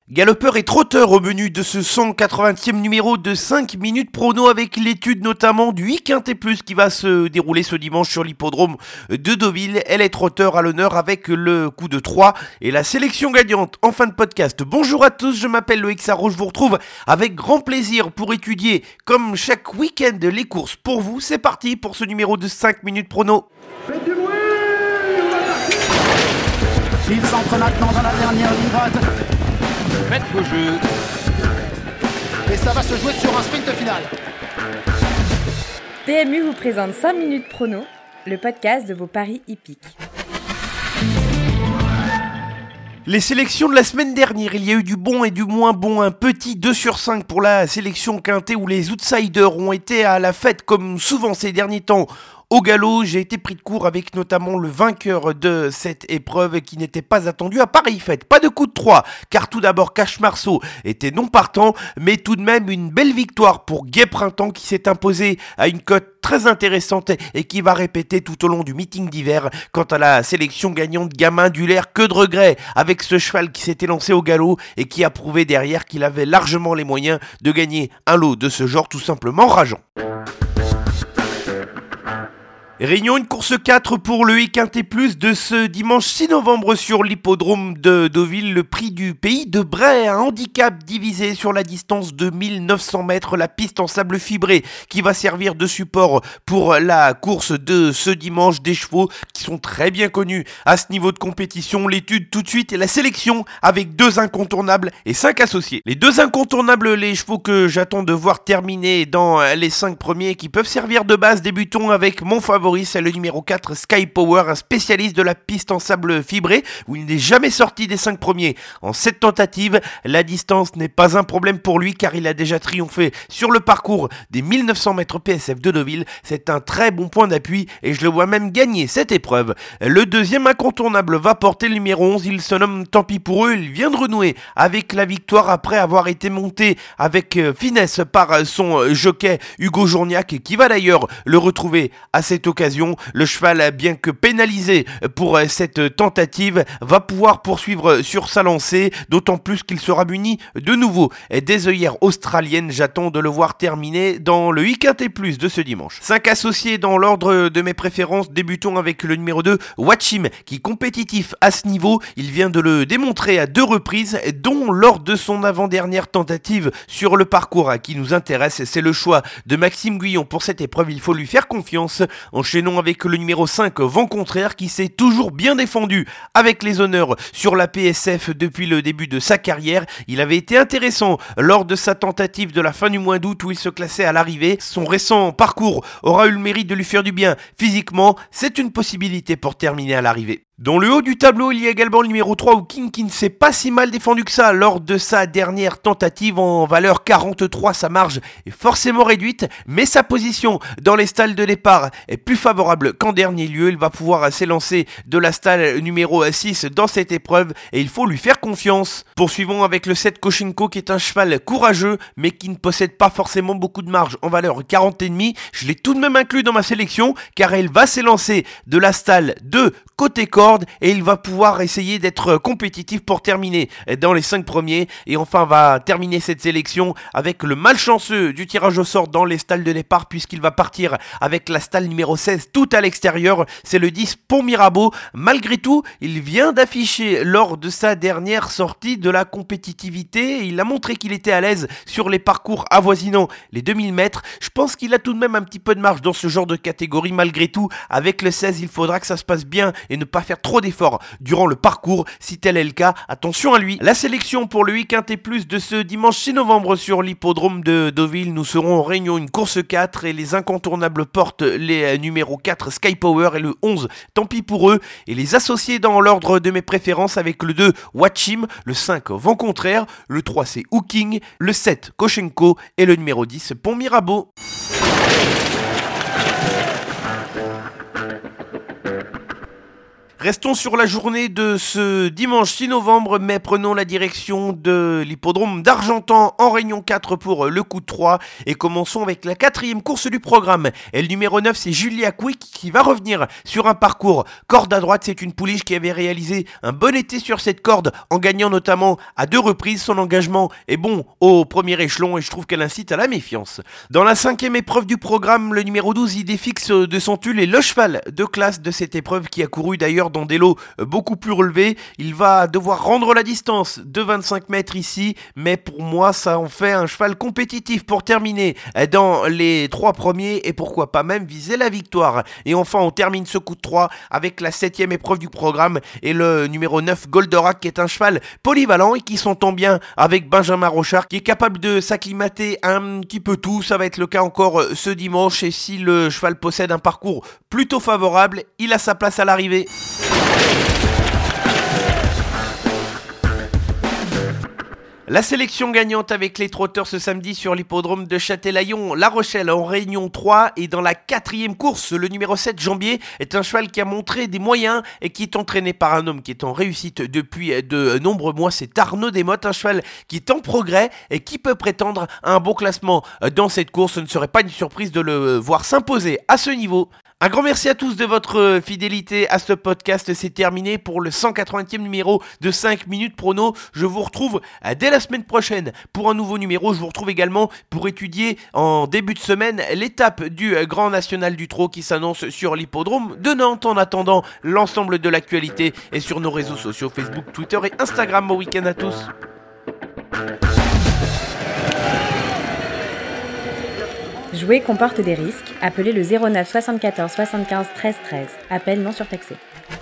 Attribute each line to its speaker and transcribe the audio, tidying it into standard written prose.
Speaker 1: Galopeur et trotteur au menu de ce 180e numéro de 5 minutes prono avec l'étude notamment du Quintet Plus qui va se dérouler ce dimanche sur l'hippodrome de Deauville. Elle est trotteur à l'honneur avec le coup de 3 et la sélection gagnante en fin de podcast. Bonjour à tous, je m'appelle Loïc Sarro, je vous retrouve avec grand plaisir pour étudier comme chaque week-end les courses pour vous. C'est parti pour ce numéro de 5 minutes prono.
Speaker 2: Faites du bruit, on va partir. Il s'entre maintenant dans la dernière ligne droite.
Speaker 3: Faites vos jeux.
Speaker 2: Et ça va se jouer sur un sprint final.
Speaker 4: PMU vous présente 5 minutes prono, le podcast de vos paris hippiques.
Speaker 1: Les sélections de la semaine dernière, il y a eu du bon et du moins bon, un petit 2 sur 5 pour la sélection Quintet où les outsiders ont été à la fête comme souvent ces derniers temps. Au galop, j'ai été pris de court avec notamment le vainqueur de cette épreuve qui n'était pas attendu à pareille fête. Pas de coup de 3, car tout d'abord Cache Marceau était non partant, mais tout de même une belle victoire pour Gai Printemps qui s'est imposé à une cote très intéressante et qui va répéter tout au long du meeting d'hiver. Quant à la sélection gagnante Gamin du Lair, que de regrets avec ce cheval qui s'était lancé au galop et qui a prouvé derrière qu'il avait largement les moyens de gagner un lot de ce genre tout simplement rageant. Réunion une course 4 pour le Quintet Plus de ce dimanche 6 novembre sur l'hippodrome de Deauville. Le prix du Pays de Bray, un handicap divisé sur la distance de 1900 mètres. La piste en sable fibré qui va servir de support pour la course de ce dimanche. Des chevaux qui sont très bien connus à ce niveau de compétition. L'étude tout de suite et la sélection avec 2 incontournables et 5 associés. Les 2 incontournables, les chevaux que j'attends de voir terminer dans les 5 premiers qui peuvent servir de base. Débutons avec mon favori. C'est le numéro 4, Sky Power, un spécialiste de la piste en sable fibré, où il n'est jamais sorti des 5 premiers. En 7 tentatives, la distance n'est pas un problème pour lui, car il a déjà triomphé sur le parcours des 1900 mètres PSF de Deauville. C'est un très bon point d'appui, et je le vois même gagner cette épreuve. Le deuxième incontournable va porter le numéro 11, il se nomme Tant pis pour eux, il vient de renouer avec la victoire après avoir été monté avec finesse par son jockey Hugo Journiac, qui va d'ailleurs le retrouver à cette occasion. Le cheval, bien que pénalisé pour cette tentative, va pouvoir poursuivre sur sa lancée, d'autant plus qu'il sera muni de nouveau des œillères australiennes. J'attends de le voir terminer dans le Quintet Plus de ce dimanche. 5 associés dans l'ordre de mes préférences. Débutons avec le numéro 2, Watchim, qui est compétitif à ce niveau. Il vient de le démontrer à 2 reprises, dont lors de son avant-dernière tentative sur le parcours qui nous intéresse. C'est le choix de Maxime Guyon pour cette épreuve. Il faut lui faire confiance. Enchaînons avec le numéro 5, Vent Contraire, qui s'est toujours bien défendu avec les honneurs sur la PSF depuis le début de sa carrière. Il avait été intéressant lors de sa tentative de la fin du mois d'août où il se classait à l'arrivée. Son récent parcours aura eu le mérite de lui faire du bien physiquement. C'est une possibilité pour terminer à l'arrivée. Dans le haut du tableau, il y a également le numéro 3, Hooking, qui ne s'est pas si mal défendu que ça lors de sa dernière tentative en valeur 43. Sa marge est forcément réduite, mais sa position dans les stalles de départ est plus favorable qu'en dernier lieu. Il va pouvoir s'élancer de la stalle numéro 6 dans cette épreuve et il faut lui faire confiance. Poursuivons avec le 7, Koshenko, qui est un cheval courageux, mais qui ne possède pas forcément beaucoup de marge en valeur 40,5. Je l'ai tout de même inclus dans ma sélection, car elle va s'élancer de la stalle 2 côté corde et il va pouvoir essayer d'être compétitif pour terminer dans les 5 premiers et enfin va terminer cette sélection avec le malchanceux du tirage au sort dans les stalles de départ puisqu'il va partir avec la stalle numéro 16 tout à l'extérieur. C'est le 10 Pont Mirabeau. Malgré tout, il vient d'afficher lors de sa dernière sortie de la compétitivité. Il a montré qu'il était à l'aise sur les parcours avoisinant les 2000 mètres. Je pense qu'il a tout de même un petit peu de marge dans ce genre de catégorie. Malgré tout, avec le 16, il faudra que ça se passe bien et ne pas faire trop d'efforts durant le parcours. Si tel est le cas, attention à lui. La sélection pour le Quintet Plus de ce dimanche 6 novembre sur l'hippodrome de Deauville. Nous serons en réunion une course 4 et les incontournables portent les numéros 4 Sky Power et le 11 Tant pis pour eux. Et les associés dans l'ordre de mes préférences avec le 2 Watchim, le 5 Vent Contraire, le 3 c'est Hooking, le 7 Koshenko et le numéro 10 Pont Mirabeau. Restons sur la journée de ce dimanche 6 novembre, mais prenons la direction de l'hippodrome d'Argentan en Réunion 4 pour le coup de 3 et commençons avec la 4e course du programme. Et le numéro 9, c'est Julia Quick qui va revenir sur un parcours corde à droite. C'est une pouliche qui avait réalisé un bon été sur cette corde en gagnant notamment à 2 reprises. Son engagement est bon au premier échelon et je trouve qu'elle incite à la méfiance. Dans la 5e épreuve du programme, le numéro 12, Idée fixe de son tulle est le cheval de classe de cette épreuve qui a couru d'ailleurs dans des lots beaucoup plus relevés. Il va devoir rendre la distance de 25 mètres ici, mais pour moi ça en fait un cheval compétitif pour terminer dans les 3 premiers et pourquoi pas même viser la victoire. Et enfin on termine ce coup de 3 avec la 7e épreuve du programme et le numéro 9 Goldorak qui est un cheval polyvalent et qui s'entend bien avec Benjamin Rochard qui est capable de s'acclimater un petit peu tout. Ça va être le cas encore ce dimanche et si le cheval possède un parcours plutôt favorable, il a sa place à l'arrivée. La sélection gagnante avec les trotteurs ce samedi sur l'hippodrome de Châtelaillon-La Rochelle en Réunion 3 et dans la 4e course, le numéro 7 Jambier est un cheval qui a montré des moyens et qui est entraîné par un homme qui est en réussite depuis de nombreux mois, c'est Arnaud Desmottes, un cheval qui est en progrès et qui peut prétendre à un bon classement dans cette course. Ce ne serait pas une surprise de le voir s'imposer à ce niveau. Un grand merci à tous de votre fidélité à ce podcast. C'est terminé pour le 180e numéro de 5 minutes prono. Je vous retrouve dès la semaine prochaine pour un nouveau numéro. Je vous retrouve également pour étudier en début de semaine l'étape du Grand National du Trot qui s'annonce sur l'hippodrome de Nantes. En attendant, l'ensemble de l'actualité est sur nos réseaux sociaux Facebook, Twitter et Instagram. Bon week-end à tous.
Speaker 4: Jouer comporte des risques. Appelez le 09 74 75 13 13. Appel non surtaxé.